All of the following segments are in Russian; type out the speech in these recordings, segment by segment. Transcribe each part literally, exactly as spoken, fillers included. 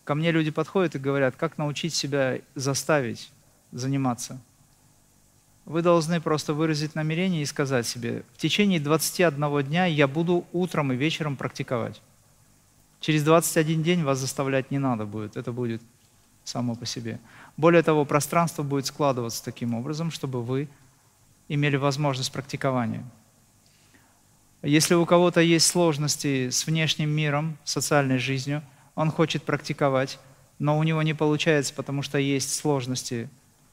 Ко мне люди подходят и говорят, как научить себя заставить заниматься. Вы должны просто выразить намерение и сказать себе, в течение двадцати одного дня я буду утром и вечером практиковать. Через двадцать один день вас заставлять не надо будет, это будет само по себе. Более того, пространство будет складываться таким образом, чтобы вы имели возможность практикования. Если у кого-то есть сложности с внешним миром, социальной жизнью, он хочет практиковать, но у него не получается, потому что есть сложности,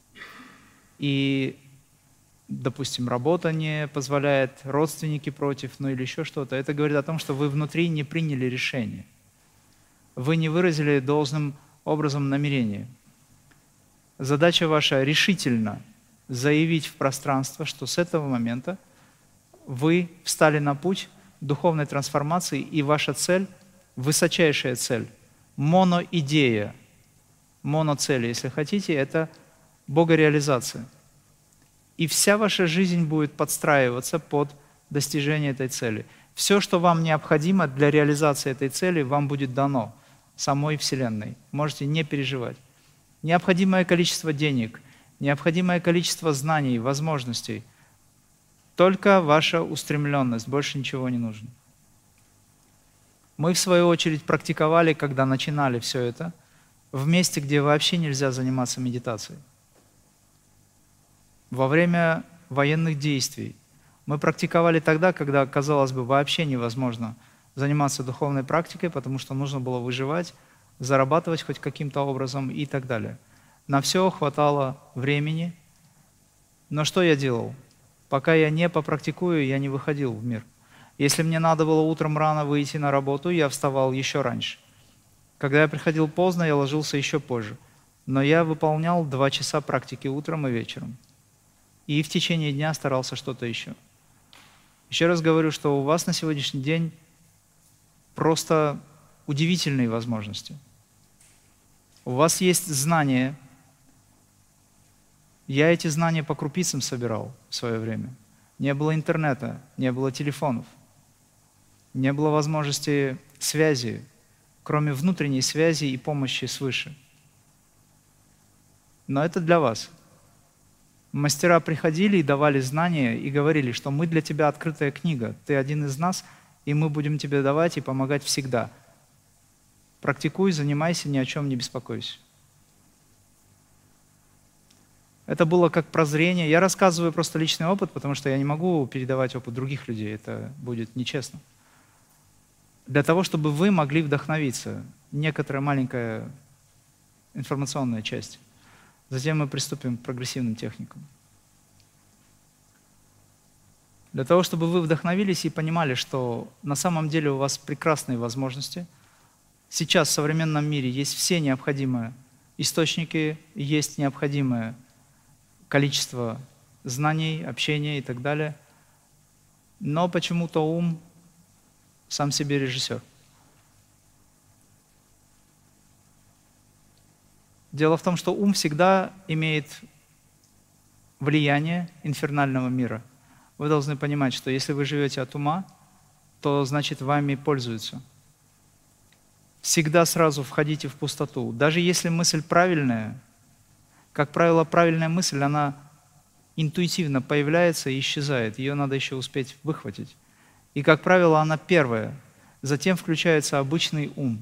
и, допустим, работа не позволяет, родственники против, ну или еще что-то, это говорит о том, что вы внутри не приняли решение. Вы не выразили должным образом намерение. Задача ваша решительно заявить в пространство, что с этого момента вы встали на путь духовной трансформации, и ваша цель, высочайшая цель, моноидея, моноцель, если хотите, это богореализация. И вся ваша жизнь будет подстраиваться под достижение этой цели. Все, что вам необходимо для реализации этой цели, вам будет дано самой Вселенной. Можете не переживать. Необходимое количество денег, необходимое количество знаний, возможностей. Только ваша устремленность, больше ничего не нужно. Мы, в свою очередь, практиковали, когда начинали все это, в месте, где вообще нельзя заниматься медитацией. Во время военных действий. Мы практиковали тогда, когда, казалось бы, вообще невозможно заниматься духовной практикой, потому что нужно было выживать, зарабатывать хоть каким-то образом и так далее. На все хватало времени. Но что я делал? Пока я не попрактикую, я не выходил в мир. Если мне надо было утром рано выйти на работу, я вставал еще раньше. Когда я приходил поздно, я ложился еще позже. Но я выполнял два часа практики утром и вечером. И в течение дня старался что-то еще. Еще раз говорю, что у вас на сегодняшний день просто удивительные возможности. У вас есть знания. Я эти знания по крупицам собирал в свое время. Не было интернета, не было телефонов, не было возможности связи, кроме внутренней связи и помощи свыше. Но это для вас. Мастера приходили и давали знания, и говорили, что мы для тебя открытая книга, ты один из нас, и мы будем тебе давать и помогать всегда. Практикуй, занимайся, ни о чем не беспокойся. Это было как прозрение. Я рассказываю просто личный опыт, потому что я не могу передавать опыт других людей, это будет нечестно. Для того, чтобы вы могли вдохновиться. Некоторая маленькая информационная часть. Затем мы приступим к прогрессивным техникам. Для того, чтобы вы вдохновились и понимали, что на самом деле у вас прекрасные возможности. Сейчас в современном мире есть все необходимые источники, есть необходимое количество знаний, общения и так далее. Но почему-то ум сам себе режиссер. Дело в том, что ум всегда имеет влияние инфернального мира. Вы должны понимать, что если вы живете от ума, то значит вами пользуются. Всегда сразу входите в пустоту. Даже если мысль правильная, как правило, правильная мысль, она интуитивно появляется и исчезает. Ее надо еще успеть выхватить. И, как правило, она первая. Затем включается обычный ум.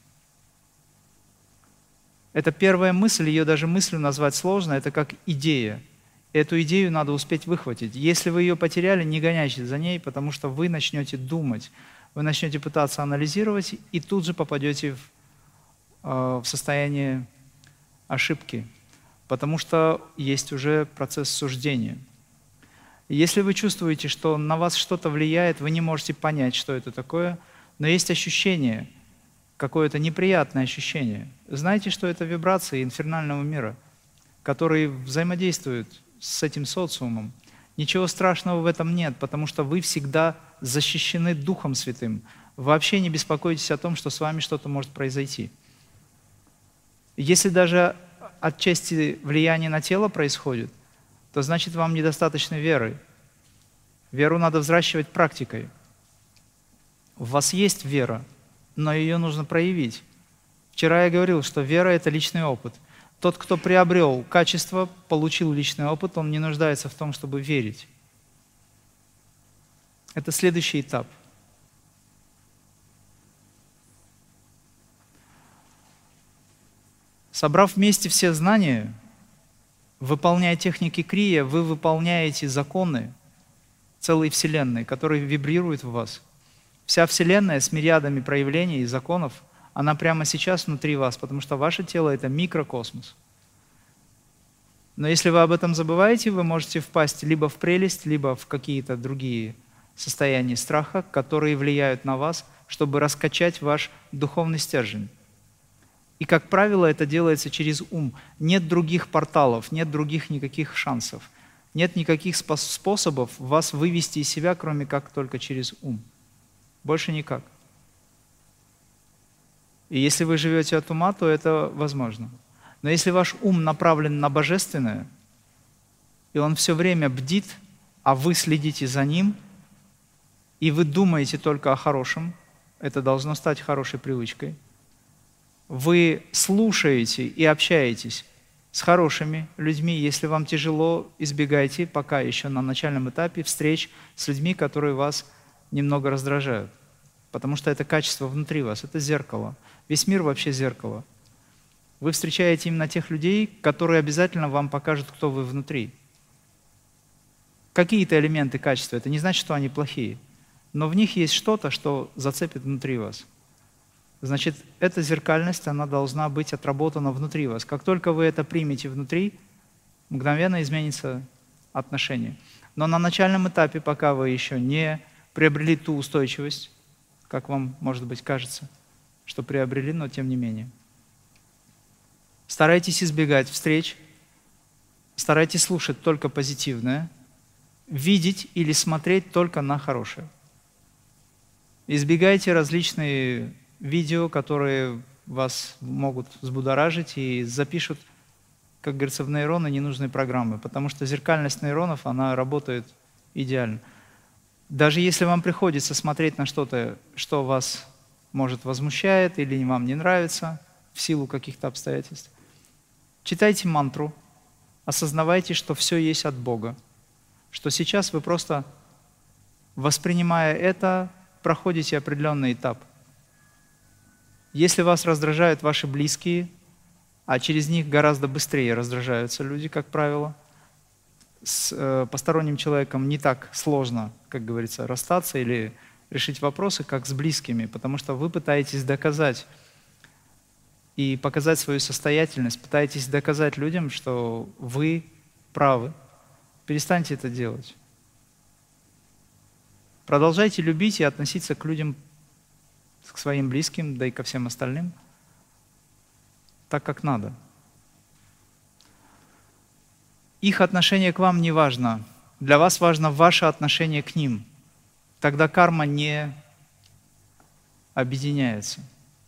Это первая мысль, ее даже мыслью назвать сложно, это как идея. Эту идею надо успеть выхватить. Если вы ее потеряли, не гоняйтесь за ней, потому что вы начнете думать, вы начнете пытаться анализировать и тут же попадете в, э, в состояние ошибки, потому что есть уже процесс суждения. Если вы чувствуете, что на вас что-то влияет, вы не можете понять, что это такое, но есть ощущение, какое-то неприятное ощущение. Знаете, что это вибрации инфернального мира, которые взаимодействуют с этим социумом. Ничего страшного в этом нет, потому что вы всегда защищены Духом Святым. Вообще не беспокойтесь о том, что с вами что-то может произойти. Если даже отчасти влияние на тело происходит, то значит вам недостаточно веры. Веру надо взращивать практикой. У вас есть вера, но ее нужно проявить. Вчера я говорил, что вера — это личный опыт. Тот, кто приобрел качество, получил личный опыт, он не нуждается в том, чтобы верить. Это следующий этап. Собрав вместе все знания, выполняя техники крия, вы выполняете законы целой Вселенной, которые вибрируют в вас. Вся Вселенная с мириадами проявлений и законов, она прямо сейчас внутри вас, потому что ваше тело — это микрокосмос. Но если вы об этом забываете, вы можете впасть либо в прелесть, либо в какие-то другие состояния страха, которые влияют на вас, чтобы раскачать ваш духовный стержень. И, как правило, это делается через ум. Нет других порталов, нет других никаких шансов. Нет никаких способов вас вывести из себя, кроме как только через ум. Больше никак. И если вы живете от ума, то это возможно. Но если ваш ум направлен на божественное, и он все время бдит, а вы следите за ним, и вы думаете только о хорошем, это должно стать хорошей привычкой. Вы слушаете и общаетесь с хорошими людьми. Если вам тяжело, избегайте пока еще на начальном этапе встреч с людьми, которые вас немного раздражают. Потому что это качество внутри вас, это зеркало. Весь мир вообще зеркало. Вы встречаете именно тех людей, которые обязательно вам покажут, кто вы внутри. Какие-то элементы качества, это не значит, что они плохие. Но в них есть что-то, что зацепит внутри вас. Значит, эта зеркальность, она должна быть отработана внутри вас. Как только вы это примете внутри, мгновенно изменится отношение. Но на начальном этапе, пока вы еще не приобрели ту устойчивость, как вам, может быть, кажется, что приобрели, но тем не менее. Старайтесь избегать встреч, старайтесь слушать только позитивное, видеть или смотреть только на хорошее. Избегайте различные видео, которые вас могут взбудоражить и запишут, как говорится, в нейроны ненужные программы, потому что зеркальность нейронов, она работает идеально. Даже если вам приходится смотреть на что-то, что вас, может, возмущает или вам не нравится в силу каких-то обстоятельств, читайте мантру, осознавайте, что все есть от Бога, что сейчас вы просто, воспринимая это, проходите определенный этап. Если вас раздражают ваши близкие, а через них гораздо быстрее раздражаются люди, как правило, с э, посторонним человеком не так сложно, как говорится, расстаться или решить вопросы, как с близкими, потому что вы пытаетесь доказать и показать свою состоятельность, пытаетесь доказать людям, что вы правы. Перестаньте это делать. Продолжайте любить и относиться к людям, к своим близким, да и ко всем остальным, так, как надо. Их отношение к вам не важно. Для вас важно ваше отношение к ним. Тогда карма не объединяется.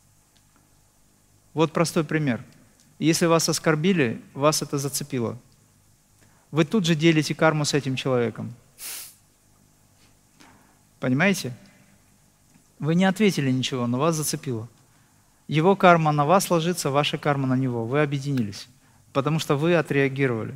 Вот простой пример. Если вас оскорбили, вас это зацепило. Вы тут же делите карму с этим человеком. Понимаете? Вы не ответили ничего, но вас зацепило. Его карма на вас ложится, ваша карма на него. Вы объединились, потому что вы отреагировали.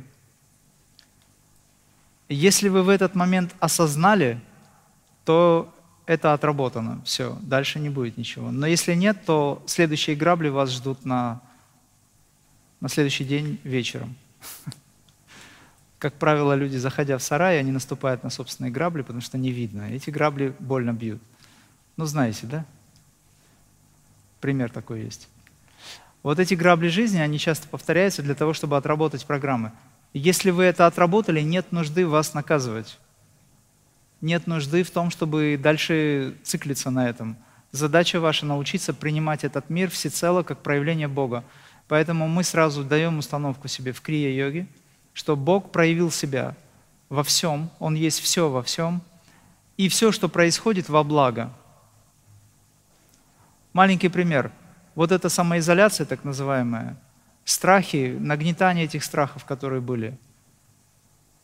Если вы в этот момент осознали, то это отработано. Все, дальше не будет ничего. Но если нет, то следующие грабли вас ждут на, на следующий день вечером. Как правило, люди, заходя в сарай, они наступают на собственные грабли, потому что не видно. Эти грабли больно бьют. Ну, знаете, да? Пример такой есть. Вот эти грабли жизни, они часто повторяются для того, чтобы отработать программы. Если вы это отработали, нет нужды вас наказывать. Нет нужды в том, чтобы дальше циклиться на этом. Задача ваша — научиться принимать этот мир всецело как проявление Бога. Поэтому мы сразу даем установку себе в крия-йоге, что Бог проявил себя во всем, Он есть все во всем, и все, что происходит, во благо. Маленький пример. Вот эта самоизоляция, так называемая, страхи, нагнетание этих страхов, которые были.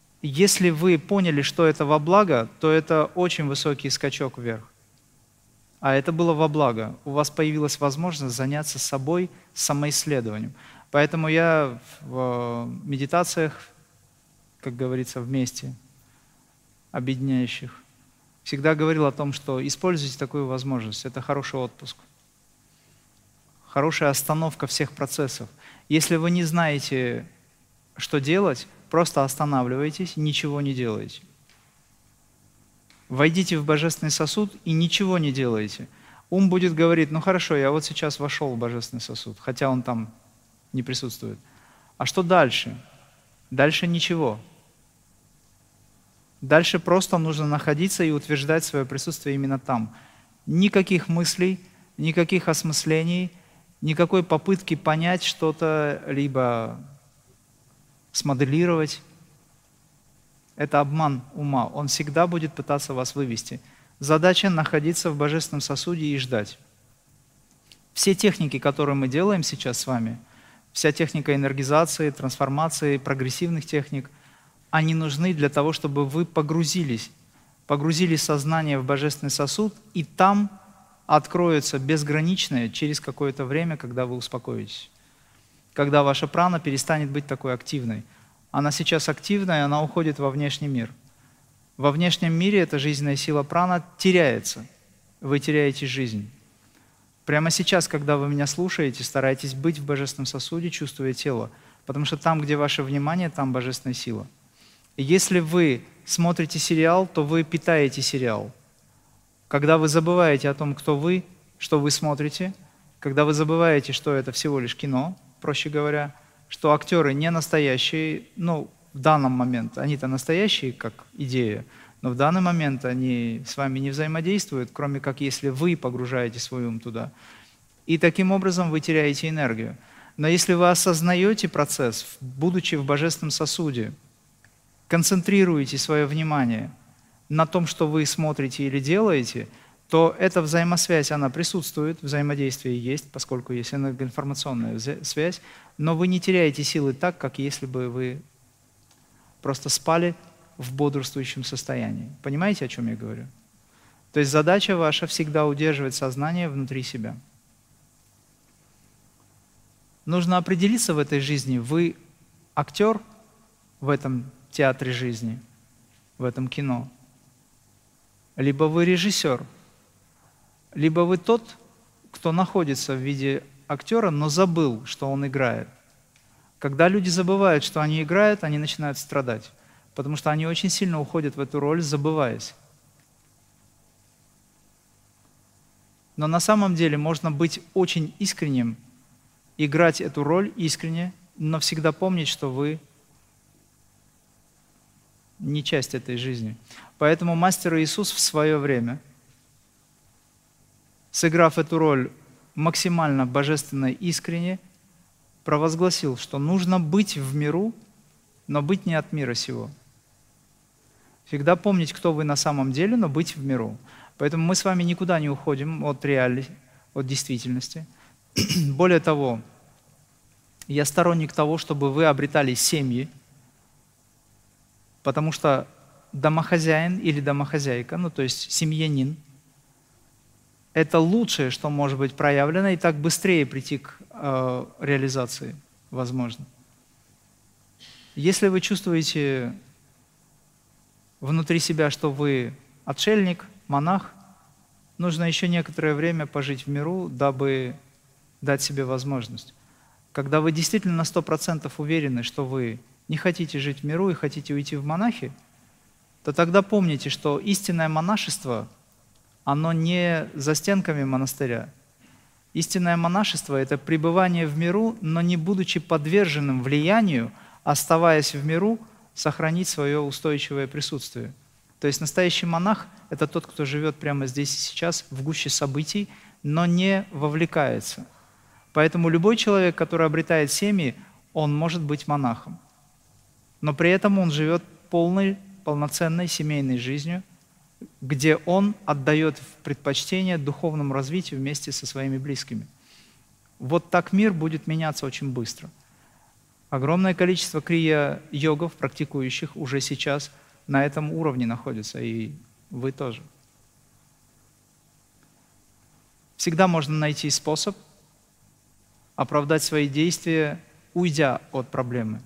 Если вы поняли, что это во благо, то это очень высокий скачок вверх. А это было во благо. У вас появилась возможность заняться собой, самоисследованием. Поэтому я в медитациях, как говорится, вместе, объединяющих, всегда говорил о том, что используйте такую возможность. Это хороший отпуск. Хорошая остановка всех процессов. Если вы не знаете, что делать, просто останавливайтесь, ничего не делайте. Войдите в божественный сосуд и ничего не делайте. Ум будет говорить: ну хорошо, я вот сейчас вошел в божественный сосуд, хотя он там не присутствует. А что дальше? Дальше ничего. Дальше просто нужно находиться и утверждать свое присутствие именно там. Никаких мыслей, никаких осмыслений, никакой попытки понять что-то, либо смоделировать. Это обман ума. Он всегда будет пытаться вас вывести. Задача — находиться в божественном сосуде и ждать. Все техники, которые мы делаем сейчас с вами, вся техника энергизации, трансформации, прогрессивных техник, они нужны для того, чтобы вы погрузились, погрузили сознание в божественный сосуд, и там откроется безграничное через какое-то время, когда вы успокоитесь. Когда ваша прана перестанет быть такой активной. Она сейчас активная, она уходит во внешний мир. Во внешнем мире эта жизненная сила прана теряется. Вы теряете жизнь. Прямо сейчас, когда вы меня слушаете, старайтесь быть в божественном сосуде, чувствуя тело. Потому что там, где ваше внимание, там божественная сила. И если вы смотрите сериал, то вы питаете сериал. Когда вы забываете о том, кто вы, что вы смотрите, когда вы забываете, что это всего лишь кино, проще говоря, что актеры не настоящие, ну, в данный момент, они-то настоящие, как идея, но в данный момент они с вами не взаимодействуют, кроме как если вы погружаете свой ум туда. И таким образом вы теряете энергию. Но если вы осознаете процесс, будучи в божественном сосуде, концентрируете свое внимание на том, что вы смотрите или делаете, то эта взаимосвязь, она присутствует, взаимодействие есть, поскольку есть энергоинформационная связь, но вы не теряете силы так, как если бы вы просто спали в бодрствующем состоянии. Понимаете, о чем я говорю? То есть задача ваша всегда удерживать сознание внутри себя. Нужно определиться в этой жизни, вы актер в этом театре жизни, в этом кино, либо вы режиссер, либо вы тот, кто находится в виде актера, но забыл, что он играет. Когда люди забывают, что они играют, они начинают страдать, потому что они очень сильно уходят в эту роль, забываясь. Но на самом деле можно быть очень искренним, играть эту роль искренне, но всегда помнить, что вы не часть этой жизни. Поэтому мастер Иисус в свое время, сыграв эту роль максимально божественно искренне, провозгласил, что нужно быть в миру, но быть не от мира сего. Всегда помнить, кто вы на самом деле, но быть в миру. Поэтому мы с вами никуда не уходим от реальности, от действительности. Более того, я сторонник того, чтобы вы обретали семьи, потому что домохозяин или домохозяйка, ну то есть семьянин, это лучшее, что может быть проявлено, и так быстрее прийти к э, реализации возможно. Если вы чувствуете внутри себя, что вы отшельник, монах, нужно еще некоторое время пожить в миру, дабы дать себе возможность. Когда вы действительно на сто процентов уверены, что вы не хотите жить в миру и хотите уйти в монахи, то тогда помните, что истинное монашество, оно не за стенками монастыря. Истинное монашество – это пребывание в миру, но не будучи подверженным влиянию, оставаясь в миру, сохранить свое устойчивое присутствие. То есть настоящий монах – это тот, кто живет прямо здесь и сейчас, в гуще событий, но не вовлекается. Поэтому любой человек, который обретает семьи, он может быть монахом. Но при этом он живет полной, полноценной семейной жизнью, где он отдает предпочтение духовному развитию вместе со своими близкими. Вот так мир будет меняться очень быстро. Огромное количество крия-йогов, практикующих уже сейчас на этом уровне находится, и вы тоже. Всегда можно найти способ оправдать свои действия, уйдя от проблемы.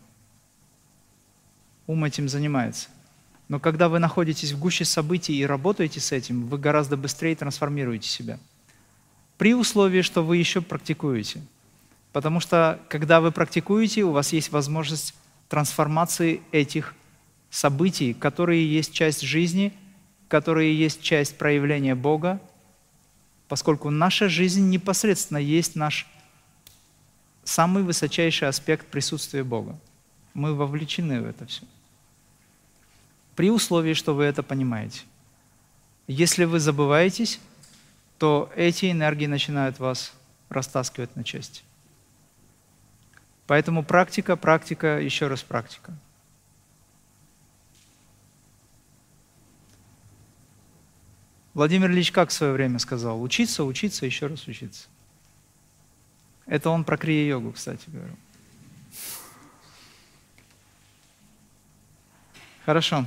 Ум этим занимается. Но когда вы находитесь в гуще событий и работаете с этим, вы гораздо быстрее трансформируете себя. При условии, что вы еще практикуете. Потому что, когда вы практикуете, у вас есть возможность трансформации этих событий, которые есть часть жизни, которые есть часть проявления Бога, поскольку наша жизнь непосредственно есть наш самый высочайший аспект присутствия Бога. Мы вовлечены в это все. При условии, что вы это понимаете. Если вы забываетесь, то эти энергии начинают вас растаскивать на части. Поэтому практика, практика, еще раз практика. Владимир Ильич как в свое время сказал? Учиться, учиться, еще раз учиться. Это он про крия-йогу, кстати говоря. Хорошо.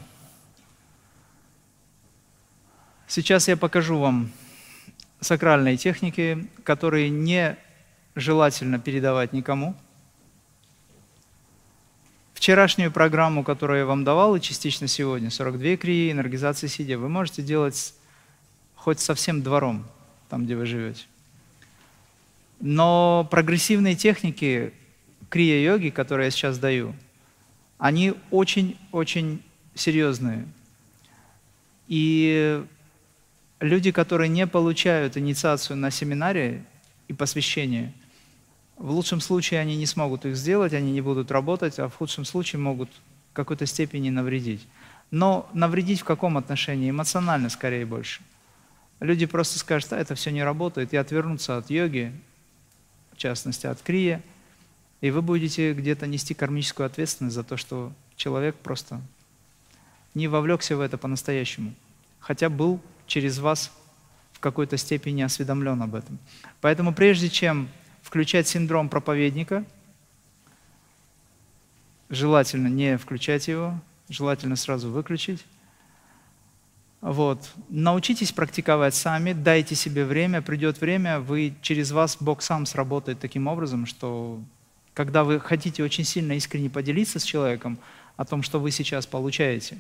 Сейчас я покажу вам сакральные техники, которые не желательно передавать никому. Вчерашнюю программу, которую я вам давал, и частично сегодня, сорок две крии, энергизации сидя, вы можете делать хоть со всем двором, там, где вы живете. Но прогрессивные техники крия-йоги, которые я сейчас даю, они очень-очень серьезные. И люди, которые не получают инициацию на семинаре и посвящение, в лучшем случае они не смогут их сделать, они не будут работать, а в худшем случае могут в какой-то степени навредить. Но навредить в каком отношении? Эмоционально скорее больше. Люди просто скажут, а это все не работает, и отвернутся от йоги, в частности от крия, и вы будете где-то нести кармическую ответственность за то, что человек просто не вовлекся в это по-настоящему, хотя был через вас в какой-то степени осведомлен об этом. Поэтому прежде чем включать синдром проповедника, желательно не включать его, желательно сразу выключить. Вот. Научитесь практиковать сами, дайте себе время, придет время, вы, через вас Бог сам сработает таким образом, что когда вы хотите очень сильно искренне поделиться с человеком о том, что вы сейчас получаете,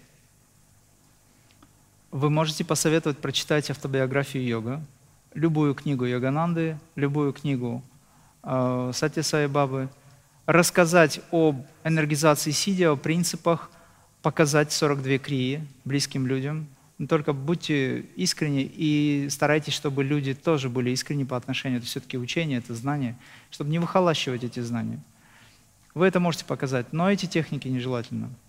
вы можете посоветовать прочитать автобиографию йога, любую книгу Йогананды, любую книгу э, Сатья Сай Бабы, рассказать об энергизации сидя, о принципах, показать сорок две крии близким людям. Но только будьте искренни и старайтесь, чтобы люди тоже были искренни по отношению. Это все-таки учение, это знание, чтобы не выхолащивать эти знания. Вы это можете показать, но эти техники нежелательно.